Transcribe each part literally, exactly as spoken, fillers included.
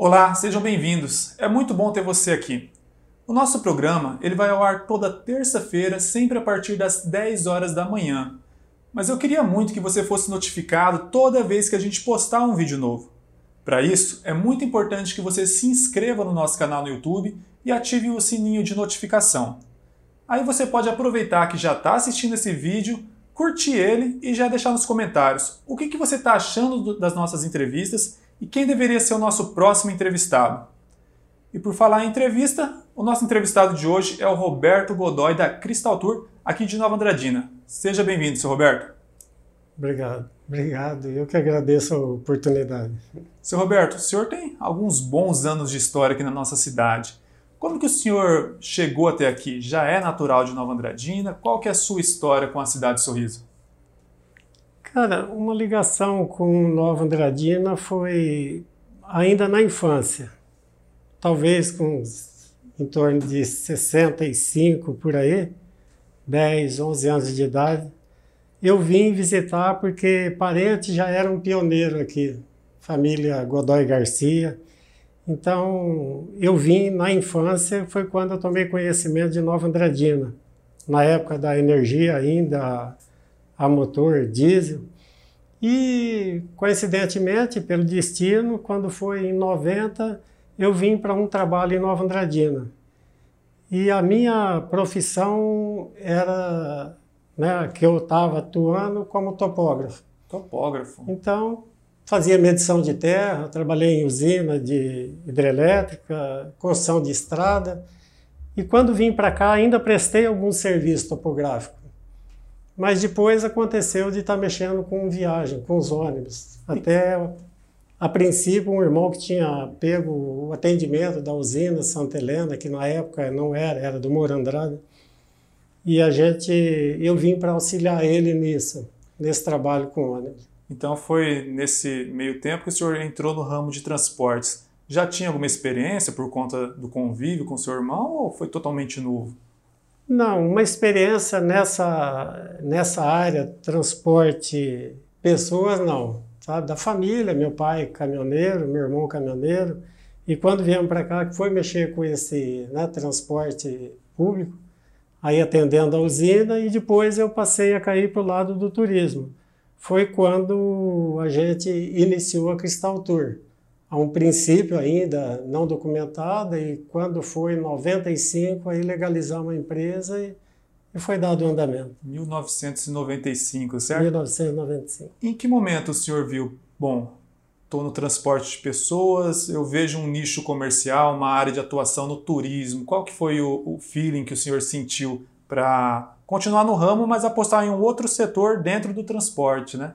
Olá, sejam bem-vindos. É muito bom ter você aqui. O nosso programa ele vai ao ar toda terça-feira, sempre a partir das dez horas da manhã. Mas eu queria muito que você fosse notificado toda vez que a gente postar um vídeo novo. Para isso, é muito importante que você se inscreva no nosso canal no YouTube e ative o sininho de notificação. Aí você pode aproveitar que já está assistindo esse vídeo, curtir ele e já deixar nos comentários o que, que você está achando das nossas entrevistas e quem deveria ser o nosso próximo entrevistado. E por falar em entrevista, o nosso entrevistado de hoje é o Roberto Godoy da Cristal Tour, aqui de Nova Andradina. Seja bem-vindo, seu Roberto. Obrigado, obrigado. Eu que agradeço a oportunidade. Seu Roberto, o senhor tem alguns bons anos de história aqui na nossa cidade. Como que o senhor chegou até aqui? Já é natural de Nova Andradina? Qual que é a sua história com a cidade de Sorriso? Cara, uma ligação com Nova Andradina foi ainda na infância. Talvez com em torno de sessenta e cinco por aí, dez, onze anos de idade. Eu vim visitar porque parentes já eram pioneiros aqui, família Godoy Garcia. Então, eu vim na infância, foi quando eu tomei conhecimento de Nova Andradina, na época da energia ainda a motor diesel. E, coincidentemente, pelo destino, quando foi em noventa, eu vim para um trabalho em Nova Andradina. E a minha profissão era, né, que eu estava atuando como topógrafo. Topógrafo. Então, fazia medição de terra, trabalhei em usina de hidrelétrica, construção de estrada. E quando vim para cá, ainda prestei algum serviço topográfico. Mas depois aconteceu de estar mexendo com viagem, com os ônibus. Até, a princípio, um irmão que tinha pego o atendimento da usina Santa Helena, que na época não era, era do Moura Andrade. E a gente, eu vim para auxiliar ele nisso, nesse trabalho com ônibus. Então foi nesse meio tempo que o senhor entrou no ramo de transportes. Já tinha alguma experiência por conta do convívio com o seu irmão ou foi totalmente novo? Não, uma experiência nessa, nessa área, transporte, pessoas, não. Sabe? Da família, meu pai caminhoneiro, meu irmão caminhoneiro. E quando viemos para cá, que foi mexer com esse, né, transporte público, aí atendendo a usina, e depois eu passei a cair para o lado do turismo. Foi quando a gente iniciou a Cristal Tour. A um princípio ainda não documentada, e quando foi em noventa e cinco, aí legalizamos a empresa e, e foi dado o andamento. mil novecentos e noventa e cinco, certo? mil novecentos e noventa e cinco. Em que momento o senhor viu, bom, estou no transporte de pessoas, eu vejo um nicho comercial, uma área de atuação no turismo. Qual que foi o, o feeling que o senhor sentiu para continuar no ramo, mas apostar em um outro setor dentro do transporte, né?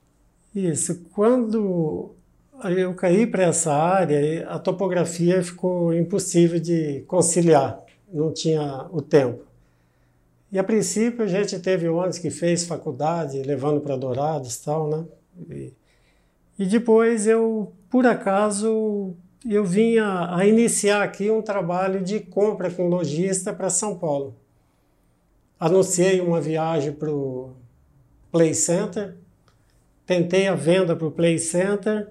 Isso. Quando eu caí para essa área, a topografia ficou impossível de conciliar, não tinha o tempo. E a princípio a gente teve ônibus que fez faculdade, levando para Dourados e tal, né? E, e depois eu, por acaso, eu vim a, a iniciar aqui um trabalho de compra com lojista para São Paulo. Anunciei uma viagem para o Play Center, tentei a venda para o Play Center,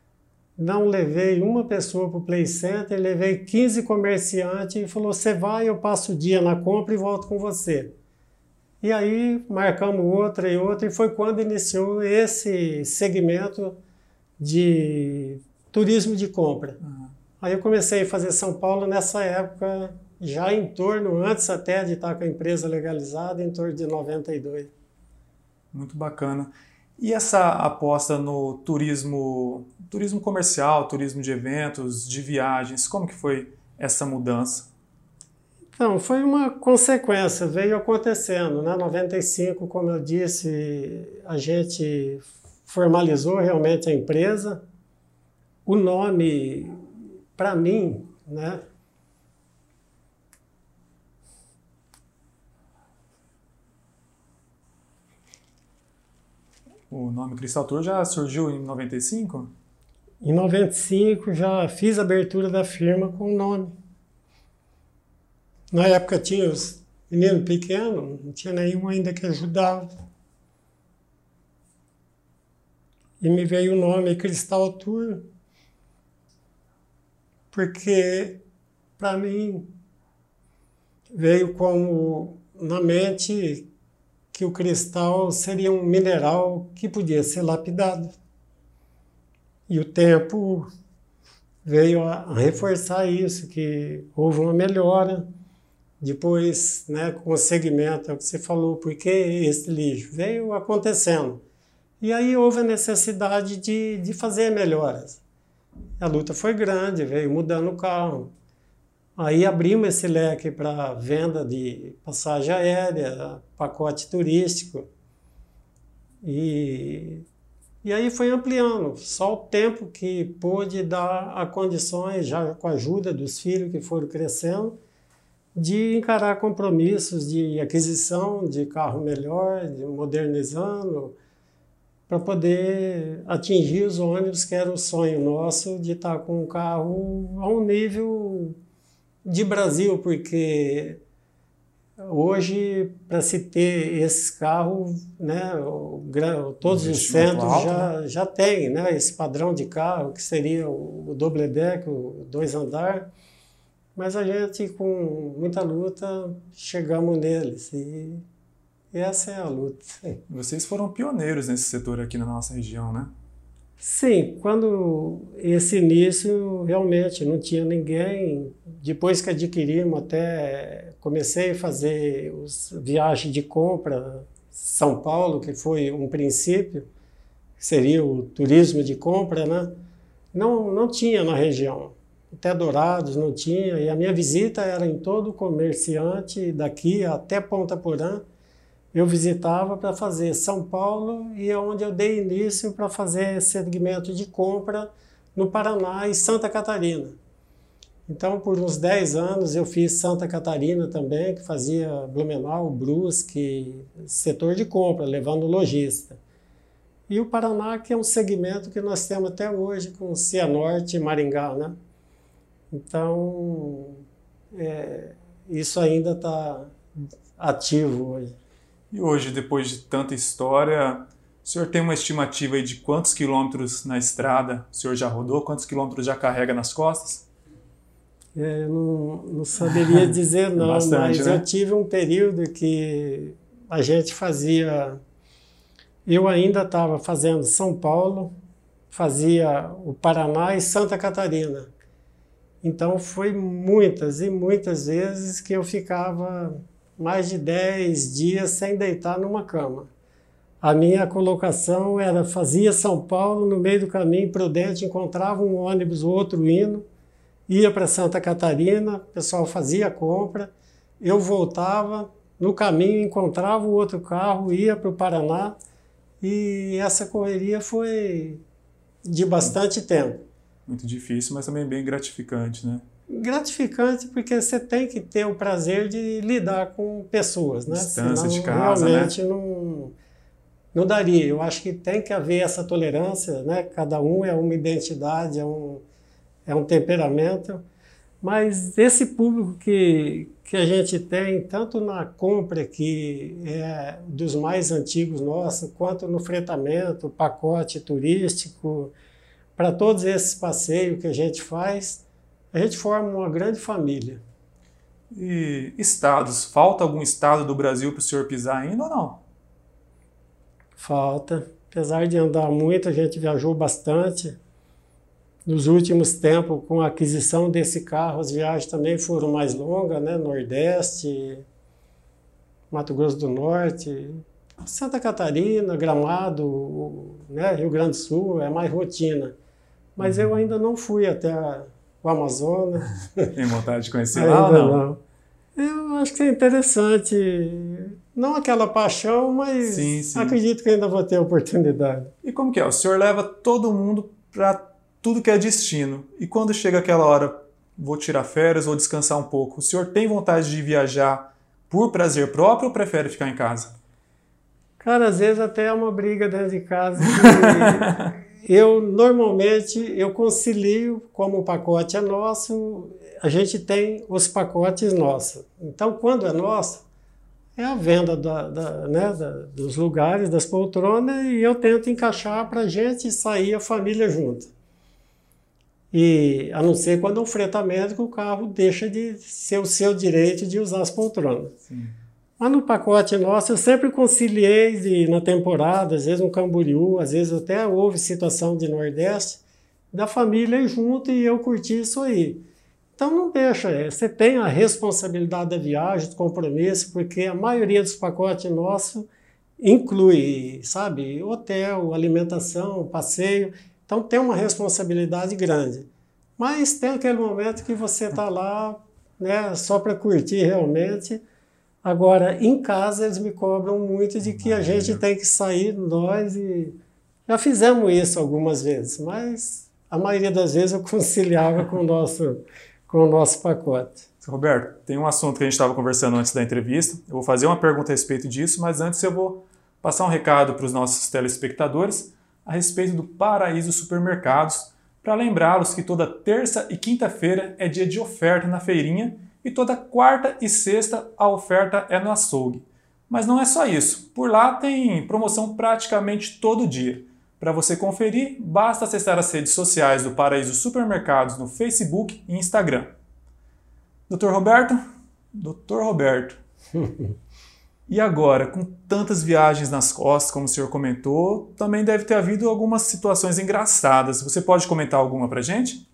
não levei uma pessoa para o Play Center, levei quinze comerciantes e falou, você vai, eu passo o dia na compra e volto com você. E aí marcamos outra e outra, e foi quando iniciou esse segmento de turismo de compra. Uhum. Aí eu comecei a fazer São Paulo nessa época, já em torno, antes até de estar com a empresa legalizada, em torno de noventa e dois. Muito bacana. E essa aposta no turismo, turismo comercial, turismo de eventos, de viagens, como que foi essa mudança? Então, foi uma consequência, veio acontecendo, né? noventa e cinco, como eu disse, a gente formalizou realmente a empresa. O nome, para mim, né? O nome Cristal Tour já surgiu em noventa e cinco? Em noventa e cinco já fiz a abertura da firma com o nome. Na época tinha os meninos pequenos, não tinha nenhum ainda que ajudava. E me veio o nome Cristal Tour. porque, para mim, veio como na mente que o cristal seria um mineral que podia ser lapidado. E o tempo veio a reforçar isso, que houve uma melhora. Depois, né, com o segmento, é o que você falou, por que esse lixo? Veio acontecendo. E aí houve a necessidade de, de fazer melhoras. A luta foi grande, veio mudando o carro. Aí abrimos esse leque para venda de passagem aérea, pacote turístico. E, e aí foi ampliando. Só o tempo que pôde dar a condições, já com a ajuda dos filhos que foram crescendo, de encarar compromissos de aquisição de carro melhor, de modernizando, para poder atingir os ônibus, que era o sonho nosso de estar com um carro a um nível de Brasil, porque hoje, para se ter esses carros, né, o, todos os centros alto, já, né? já têm, né, esse padrão de carro, que seria o, o double deck, o dois andar, mas a gente, com muita luta, chegamos neles, e essa é a luta. Vocês foram pioneiros nesse setor aqui na nossa região, né? Sim, quando esse início realmente não tinha ninguém. Depois que adquirimos, até comecei a fazer os viagens de compra São Paulo, que foi um princípio, que seria o turismo de compra, né? Não, não tinha na região. Até Dourados não tinha, e a minha visita era em todo comerciante daqui até Ponta Porã. Eu visitava para fazer São Paulo, e é onde eu dei início para fazer segmento de compra no Paraná e Santa Catarina. Então, por uns dez anos, eu fiz Santa Catarina também, que fazia Blumenau, Brusque, setor de compra, levando lojista. E o Paraná, que é um segmento que nós temos até hoje com Cianorte e Maringá, né? Então, é, isso ainda está ativo hoje. E hoje, depois de tanta história, o senhor tem uma estimativa aí de quantos quilômetros na estrada o senhor já rodou? Quantos quilômetros já carrega nas costas? É, eu não, não saberia dizer não, Bastante, mas né? eu tive um período que a gente fazia... Eu ainda estava fazendo São Paulo, fazia o Paraná e Santa Catarina. Então, foi muitas e muitas vezes que eu ficava mais de dez dias sem deitar numa cama. A minha colocação era, fazia São Paulo, no meio do caminho, Prudente, encontrava um ônibus, outro indo, ia para Santa Catarina, o pessoal fazia a compra, eu voltava, no caminho encontrava o outro carro, ia para o Paraná, e essa correria foi de bastante tempo. Muito difícil, mas também bem gratificante, né? Gratificante porque você tem que ter o prazer de lidar com pessoas, né? Distância Senão, de casa, realmente né? não, não daria. Eu acho que tem que haver essa tolerância, né? Cada um é uma identidade, é um, é um temperamento, mas esse público que, que a gente tem, tanto na compra, que é dos mais antigos nossos, quanto no fretamento, pacote turístico, para todos esses passeios que a gente faz, a gente forma uma grande família. E estados? Falta algum estado do Brasil para o senhor pisar ainda ou não? Falta. Apesar de andar muito, a gente viajou bastante. Nos últimos tempos, com a aquisição desse carro, as viagens também foram mais longas, né? Nordeste, Mato Grosso do Norte, Santa Catarina, Gramado, né? Rio Grande do Sul, é mais rotina. Mas eu ainda não fui até a, o Amazonas. Tem vontade de conhecer lá ou não? não? Eu acho que é interessante. Não aquela paixão, mas sim, sim. Acredito que ainda vou ter oportunidade. E como que é? O senhor leva todo mundo para tudo que é destino. E quando chega aquela hora, vou tirar férias, vou descansar um pouco, o senhor tem vontade de viajar por prazer próprio ou prefere ficar em casa? Cara, às vezes até é uma briga dentro de casa. Que eu, normalmente, eu concilio, como o pacote é nosso, a gente tem os pacotes nossos. Então, quando é nosso, é a venda da, da, né, da, dos lugares, das poltronas, e eu tento encaixar para a gente sair a família junto. E a não ser quando é um fretamento que o carro deixa de ser o seu direito de usar as poltronas. Sim. Mas no pacote nosso eu sempre conciliei de, na temporada, às vezes um Camboriú, às vezes até houve situação de Nordeste, da família ir junto e eu curti isso aí. Então não deixa, você tem a responsabilidade da viagem, do compromisso, porque a maioria dos pacotes nossos inclui, sabe, hotel, alimentação, passeio, então tem uma responsabilidade grande. Mas tem aquele momento que você está lá, né, só para curtir realmente. Agora, em casa, eles me cobram muito de que a gente tem que sair, nós, e já fizemos isso algumas vezes, mas a maioria das vezes eu conciliava com o nosso, com o nosso pacote. Roberto, tem um assunto que a gente estava conversando antes da entrevista, eu vou fazer uma pergunta a respeito disso, mas antes eu vou passar um recado para os nossos telespectadores a respeito do Paraíso Supermercados, para lembrá-los que toda terça e quinta-feira é dia de oferta na feirinha, e toda quarta e sexta a oferta é no açougue. Mas não é só isso. Por lá tem promoção praticamente todo dia. Para você conferir, basta acessar as redes sociais do Paraíso Supermercados no Facebook e Instagram. doutor Roberto? doutor Roberto. E agora, com tantas viagens nas costas, como o senhor comentou, também deve ter havido algumas situações engraçadas. Você pode comentar alguma para a gente?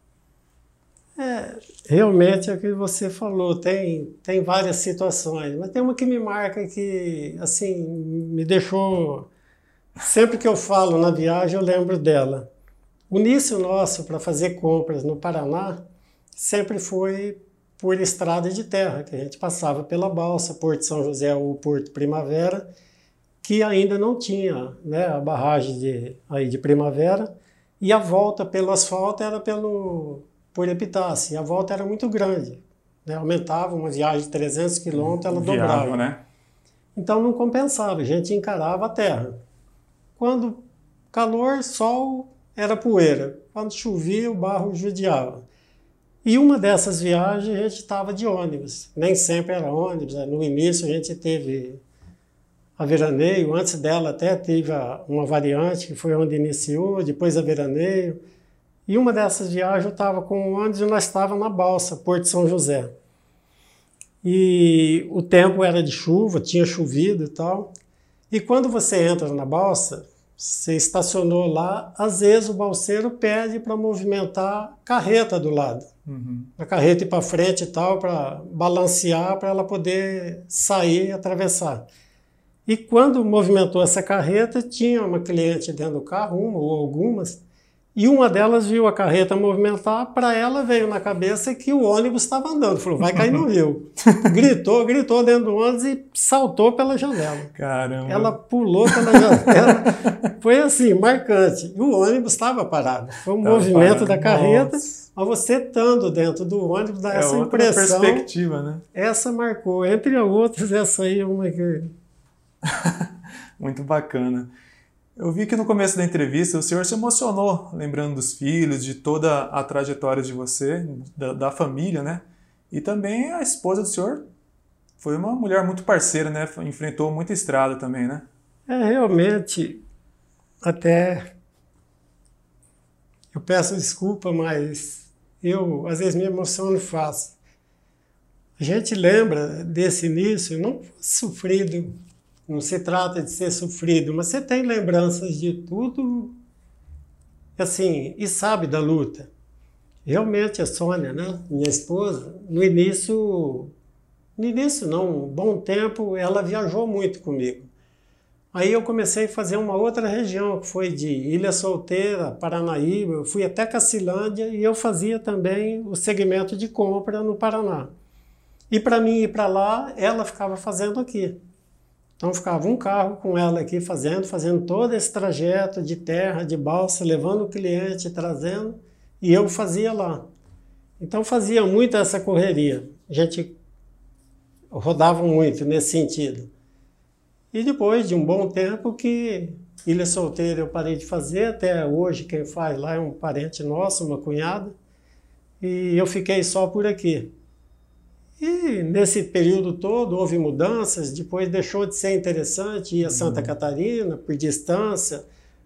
É, realmente é o que você falou, tem, tem várias situações, mas tem uma que me marca que, assim, me deixou... Sempre que eu falo na viagem, eu lembro dela. O início nosso para fazer compras no Paraná sempre foi por estrada de terra, que a gente passava pela Balsa, Porto São José ou Porto Primavera, que ainda não tinha, né, a barragem de, aí de Primavera, e a volta pelo asfalto era pelo... por Epitácio, e a volta era muito grande, né? Aumentava uma viagem de trezentos quilômetros, ela Viável, dobrava. Né? Então não compensava, a gente encarava a terra. Quando calor, sol, era poeira. Quando chovia, o barro judiava. E uma dessas viagens a gente estava de ônibus, nem sempre era ônibus, no início a gente teve a veraneio, antes dela até teve uma variante, que foi onde iniciou, depois a veraneio. E uma dessas viagens eu estava com o ônibus e nós estávamos na Balsa, Porto São José. E o tempo era de chuva, tinha chovido e tal. E quando você entra na Balsa, você estacionou lá, às vezes o balseiro pede para movimentar a carreta do lado. Uhum. A carreta ir para frente e tal, para balancear, para ela poder sair e atravessar. E quando movimentou essa carreta, tinha uma cliente dentro do carro, uma ou algumas, e uma delas viu a carreta movimentar, para ela veio na cabeça que o ônibus estava andando. Falou, vai cair no rio. Gritou, gritou dentro do ônibus e saltou pela janela. Caramba! Ela pulou pela janela. Foi assim, marcante. E o ônibus estava parado. Foi um tava movimento parado. Da carreta, Nossa. Mas você estando dentro do ônibus dá é essa outra impressão. Perspectiva, né? Essa marcou. Entre outras, essa aí é uma que... Muito bacana. Eu vi que no começo da entrevista o senhor se emocionou, lembrando dos filhos, de toda a trajetória de você, da, da família, né? E também a esposa do senhor foi uma mulher muito parceira, né? Enfrentou muita estrada também, né? É, realmente, até... Eu peço desculpa, mas eu, às vezes, me emociono fácil. A gente lembra desse início, não foi sofrido... Não se trata de ser sofrido, mas você tem lembranças de tudo, assim, e sabe da luta. Realmente a Sônia, né, minha esposa, no início, no início não, um bom tempo, ela viajou muito comigo. Aí eu comecei a fazer uma outra região, que foi de Ilha Solteira, Paranaíba, eu fui até Cacilândia e eu fazia também o segmento de compra no Paraná. E para mim ir para lá, ela ficava fazendo aqui. Então ficava um carro com ela aqui fazendo, fazendo todo esse trajeto de terra, de balsa, levando o cliente, trazendo, e eu fazia lá. Então fazia muito essa correria. A gente rodava muito nesse sentido. E depois de um bom tempo que Ilha Solteira eu parei de fazer, até hoje quem faz lá é um parente nosso, uma cunhada, e eu fiquei só por aqui. E nesse período todo houve mudanças, depois deixou de ser interessante ir a Santa Catarina por distância,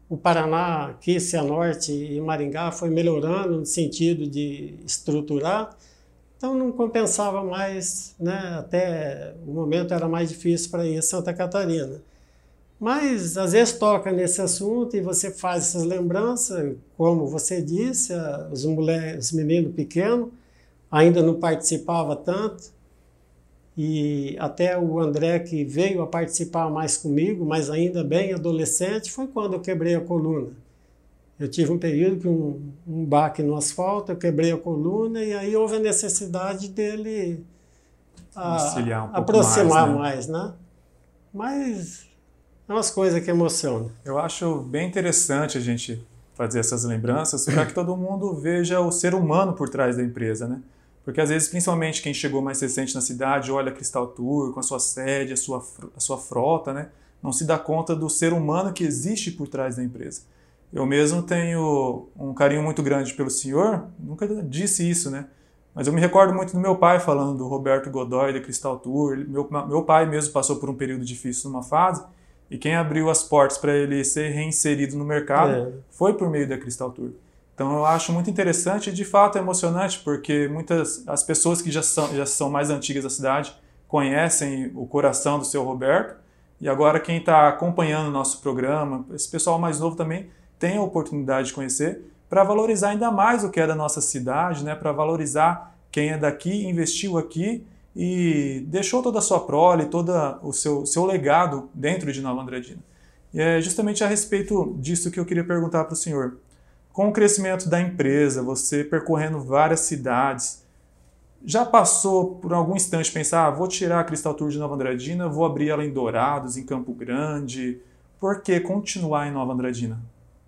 o Paraná, aqui, Cianorte e Maringá foi melhorando no sentido de estruturar, então não compensava mais, né? Até o momento era mais difícil para ir a Santa Catarina. Mas às vezes toca nesse assunto e você faz essas lembranças, como você disse, os, moleques, os meninos pequenos ainda não participavam tanto, e até o André, que veio a participar mais comigo, mas ainda bem adolescente, foi quando eu quebrei a coluna. Eu tive um período que um, um baque no asfalto, eu quebrei a coluna e aí houve a necessidade dele a, um aproximar mais, né? mais, né? Mas é umas coisas que emocionam. Eu acho bem interessante a gente fazer essas lembranças para que todo mundo veja o ser humano por trás da empresa, né? Porque às vezes, principalmente quem chegou mais recente na cidade, olha a Cristal Tour com a sua sede, a sua, a sua frota, né? Não se dá conta do ser humano que existe por trás da empresa. Eu mesmo tenho um carinho muito grande pelo senhor, nunca disse isso, né? Mas eu me recordo muito do meu pai falando do Roberto Godoy da Cristal Tour. Meu, meu pai mesmo passou por um período difícil numa fase, e quem abriu as portas para ele ser reinserido no mercado é. foi por meio da Cristal Tour. Então eu acho muito interessante e de fato é emocionante, porque muitas as pessoas que já são, já são mais antigas da cidade conhecem o coração do seu Roberto, e agora quem está acompanhando o nosso programa, esse pessoal mais novo também tem a oportunidade de conhecer, para valorizar ainda mais o que é da nossa cidade, né? Para valorizar quem é daqui, investiu aqui e deixou toda a sua prole, todo o seu, seu legado dentro de Nova Andradina. E é justamente a respeito disso que eu queria perguntar para o senhor. Com o crescimento da empresa, você percorrendo várias cidades, já passou por algum instante pensar, ah, vou tirar a Cristal Tour de Nova Andradina, vou abrir ela em Dourados, em Campo Grande? Por que continuar em Nova Andradina?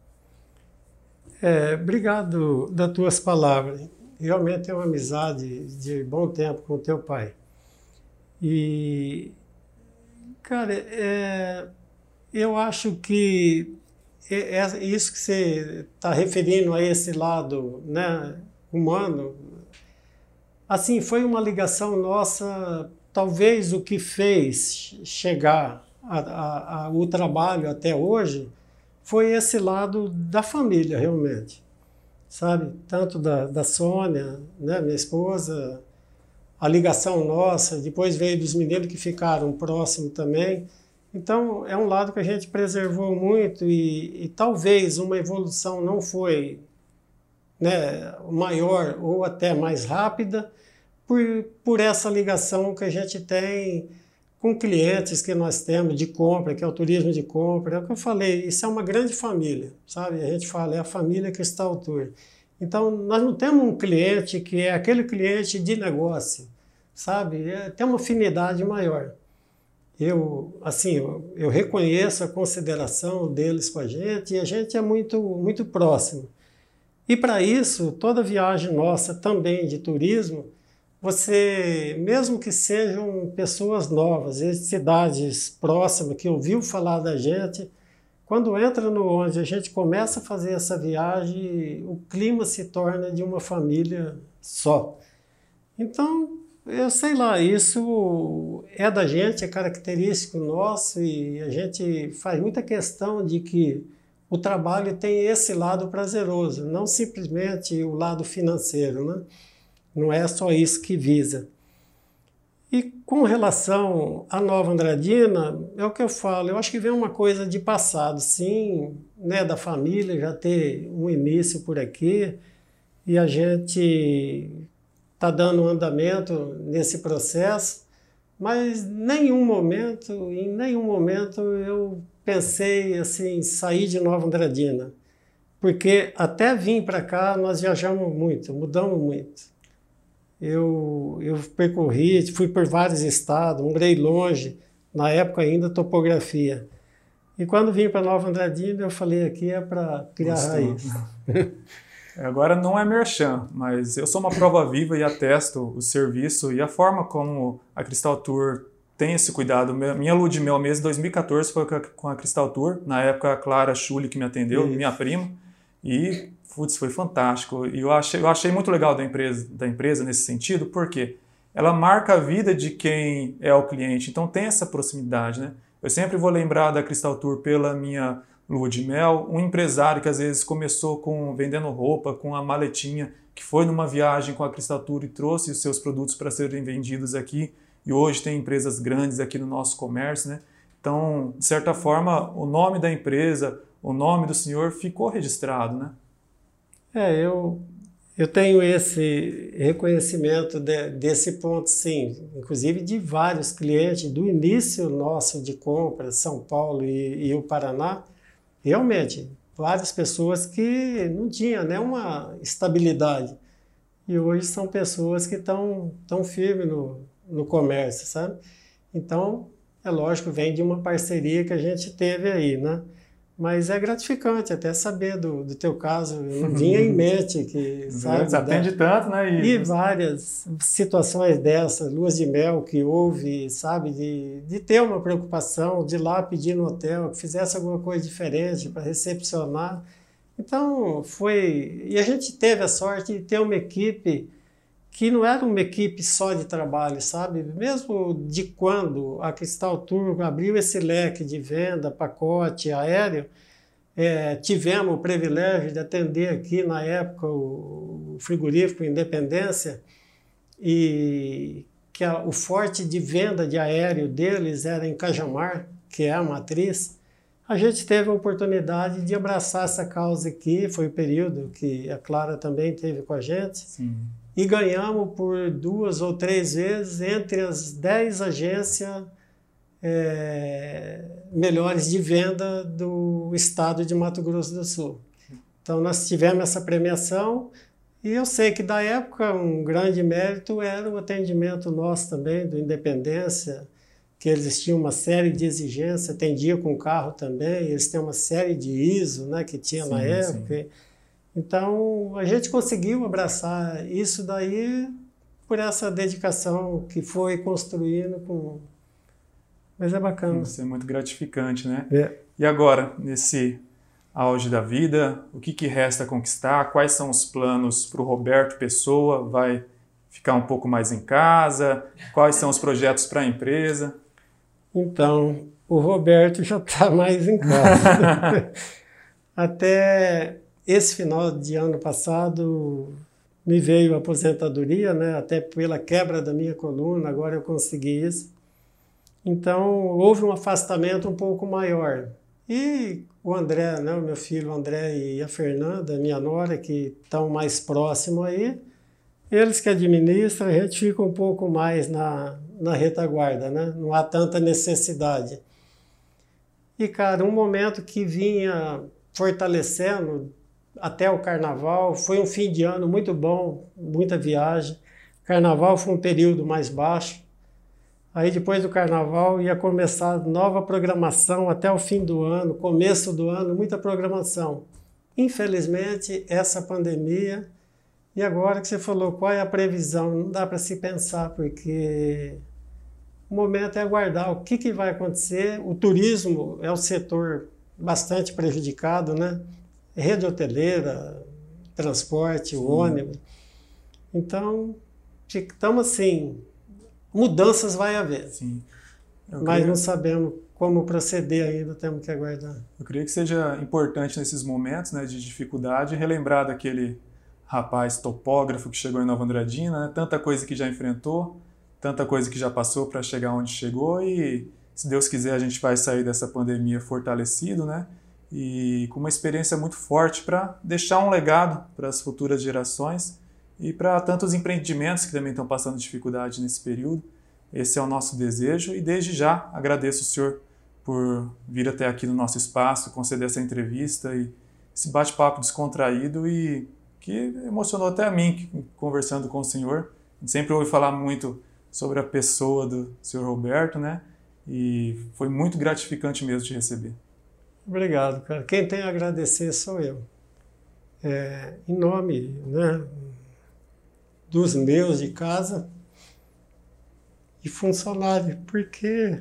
É, obrigado das tuas palavras. Realmente é uma amizade de bom tempo com o teu pai. E, cara, é, eu acho que é isso que você está referindo a esse lado, né, humano. Assim, foi uma ligação nossa, talvez o que fez chegar a, a, a, o trabalho até hoje foi esse lado da família, realmente. Sabe? Tanto da, da Sônia, né, minha esposa, a ligação nossa, depois veio dos meninos que ficaram próximos também. Então, é um lado que a gente preservou muito e, e talvez uma evolução não foi, né, maior ou até mais rápida por, por essa ligação que a gente tem com clientes que nós temos de compra, que é o turismo de compra. É o que eu falei, isso é uma grande família, sabe? A gente fala, é a família Cristal Tour. Então, nós não temos um cliente que é aquele cliente de negócio, sabe? É, tem uma afinidade maior. Eu, assim, eu, eu reconheço a consideração deles com a gente e a gente é muito, muito próximo. E para isso, toda viagem nossa também de turismo, você, mesmo que sejam pessoas novas, de cidades próximas que ouviu falar da gente, quando entra no ônibus, a gente começa a fazer essa viagem, o clima se torna de uma família só. Então, eu sei lá, isso é da gente, é característico nosso e a gente faz muita questão de que o trabalho tem esse lado prazeroso, não simplesmente o lado financeiro, né? Não é só isso que visa. E com relação à Nova Andradina, é o que eu falo, eu acho que vem uma coisa de passado, sim, né, da família já ter um início por aqui e a gente está dando um andamento nesse processo, mas em nenhum momento, em nenhum momento eu pensei assim, sair de Nova Andradina, porque até vir para cá nós viajamos muito, mudamos muito. Eu, eu percorri, fui por vários estados, morei longe, na época ainda topografia. E quando vim para Nova Andradina, eu falei, aqui é para criar Nossa, raiz. Agora não é merchan, mas eu sou uma prova viva e atesto o serviço e a forma como a Cristal Tour tem esse cuidado. Minha lua de mel mesmo, dois mil e quatorze, foi com a Cristal Tour. Na época, a Clara Schulli que me atendeu, Isso. minha prima. E, putz, foi fantástico. E eu achei, eu achei muito legal da empresa, da empresa nesse sentido, porque ela marca a vida de quem é o cliente. Então tem essa proximidade, né? Eu sempre vou lembrar da Cristal Tour pela minha lua de mel, um empresário que às vezes começou com vendendo roupa, com a maletinha, que foi numa viagem com a Cristaltura e trouxe os seus produtos para serem vendidos aqui, e hoje tem empresas grandes aqui no nosso comércio, né? Então, de certa forma, o nome da empresa, o nome do senhor ficou registrado, né? É, eu, eu tenho esse reconhecimento de, desse ponto, sim, inclusive de vários clientes, do início nosso de compra, São Paulo e, e o Paraná, realmente, várias pessoas que não tinham nenhuma estabilidade, e hoje são pessoas que estão tão firmes no, no comércio, sabe? Então, é lógico, vem de uma parceria que a gente teve aí, né? Mas é gratificante até saber do, do teu caso. Eu não vinha em mente que, sabe? Você atende tanto, né? E, e várias situações dessas, luas de mel que houve, sabe? De, de ter uma preocupação, de ir lá pedir no hotel, que fizesse alguma coisa diferente para recepcionar. Então, foi... E a gente teve a sorte de ter uma equipe que não era uma equipe só de trabalho, sabe? Mesmo de quando a Cristal Tour abriu esse leque de venda, pacote aéreo, é, tivemos o privilégio de atender aqui, na época, o frigorífico Independência, e que a, o forte de venda de aéreo deles era em Cajamar, que é a matriz. A gente teve a oportunidade de abraçar essa causa aqui, foi o período que a Clara também teve com a gente. Sim. E ganhamos por duas ou três vezes entre as dez agências é, melhores de venda do estado de Mato Grosso do Sul. Então nós tivemos essa premiação e eu sei que da época um grande mérito era o atendimento nosso também, do Independência, que eles tinham uma série de exigências, atendia com carro também, eles têm uma série de I S O, né, que tinha sim, na época. Sim. Então, a gente conseguiu abraçar isso daí por essa dedicação que foi construindo com... Mas é bacana. Isso é muito gratificante, né? É. E agora, nesse auge da vida, o que, que resta conquistar? Quais são os planos para o Roberto Pessoa? Vai ficar um pouco mais em casa? Quais são os projetos para a empresa? Então, o Roberto já está mais em casa. Até... Esse final de ano passado me veio a aposentadoria, né? Até pela quebra da minha coluna, agora eu consegui isso. Então, houve um afastamento um pouco maior. E o André, né? O meu filho André e a Fernanda, minha nora, que estão mais próximos aí, eles que administram, a gente fica um pouco mais na, na retaguarda, né? Não há tanta necessidade. E, cara, um momento que vinha fortalecendo até o Carnaval, foi um fim de ano muito bom, muita viagem. Carnaval foi um período mais baixo. Aí depois do Carnaval ia começar nova programação até o fim do ano, começo do ano, muita programação. Infelizmente, essa pandemia, e agora que você falou, qual é a previsão? Não dá para se pensar, porque o momento é aguardar o que, que vai acontecer. O turismo é um setor bastante prejudicado, né? Rede hoteleira, transporte, sim, ônibus. Então, estamos assim, mudanças vai haver. Sim. Eu mas creio... não sabemos como proceder ainda, temos que aguardar. Eu creio que seja importante nesses momentos, né, de dificuldade relembrar daquele rapaz topógrafo que chegou em Nova Andradina, né, tanta coisa que já enfrentou, tanta coisa que já passou para chegar onde chegou e, se Deus quiser, a gente vai sair dessa pandemia fortalecido, né? E com uma experiência muito forte para deixar um legado para as futuras gerações e para tantos empreendimentos que também estão passando dificuldade nesse período. Esse é o nosso desejo e desde já agradeço o senhor por vir até aqui no nosso espaço, conceder essa entrevista e esse bate-papo descontraído e que emocionou até a mim conversando com o senhor. A gente sempre ouve falar muito sobre a pessoa do senhor Roberto, né? E foi muito gratificante mesmo te receber. Obrigado, cara. Quem tem a agradecer sou eu. É, em nome, né, dos meus de casa e funcionários, porque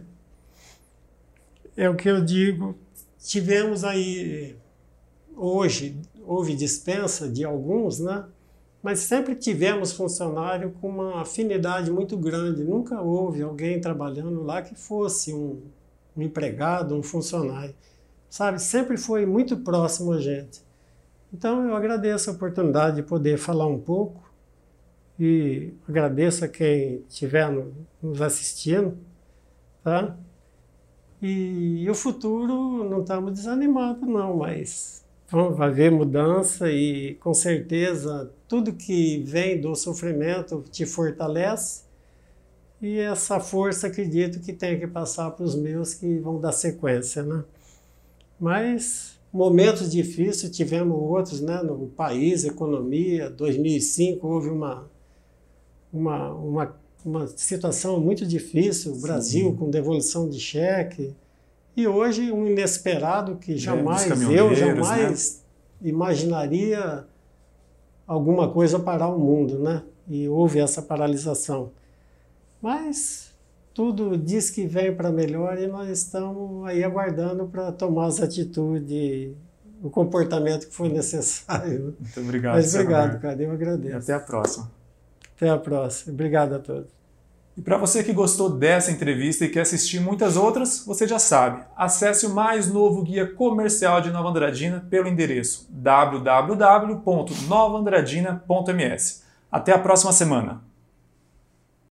é o que eu digo, tivemos aí, hoje, houve dispensa de alguns, né? Mas sempre tivemos funcionário com uma afinidade muito grande. Nunca houve alguém trabalhando lá que fosse um, um empregado, um funcionário. sabe? Sempre foi muito próximo a gente. Então eu agradeço a oportunidade de poder falar um pouco e agradeço a quem estiver nos assistindo, tá? E, e o futuro não estamos desanimados não, mas vai haver mudança e com certeza tudo que vem do sofrimento te fortalece e essa força acredito que tem que passar para os meus que vão dar sequência, né? Mas momentos difíceis tivemos outros, né, no país, economia. dois mil e cinco houve uma uma uma, uma situação muito difícil, o Brasil Sim. com devolução de cheque. E hoje um inesperado que jamais é, eu jamais né? imaginaria alguma coisa parar o mundo, né? E houve essa paralisação. Mas tudo diz que vem para melhor e nós estamos aí aguardando para tomar as atitudes, o comportamento que for necessário. Muito obrigado. Mas obrigado, cara. Eu agradeço. E até a próxima. Até a próxima. Obrigado a todos. E para você que gostou dessa entrevista e quer assistir muitas outras, você já sabe, acesse o mais novo guia comercial de Nova Andradina pelo endereço w w w ponto nova andradina ponto m s. Até a próxima semana!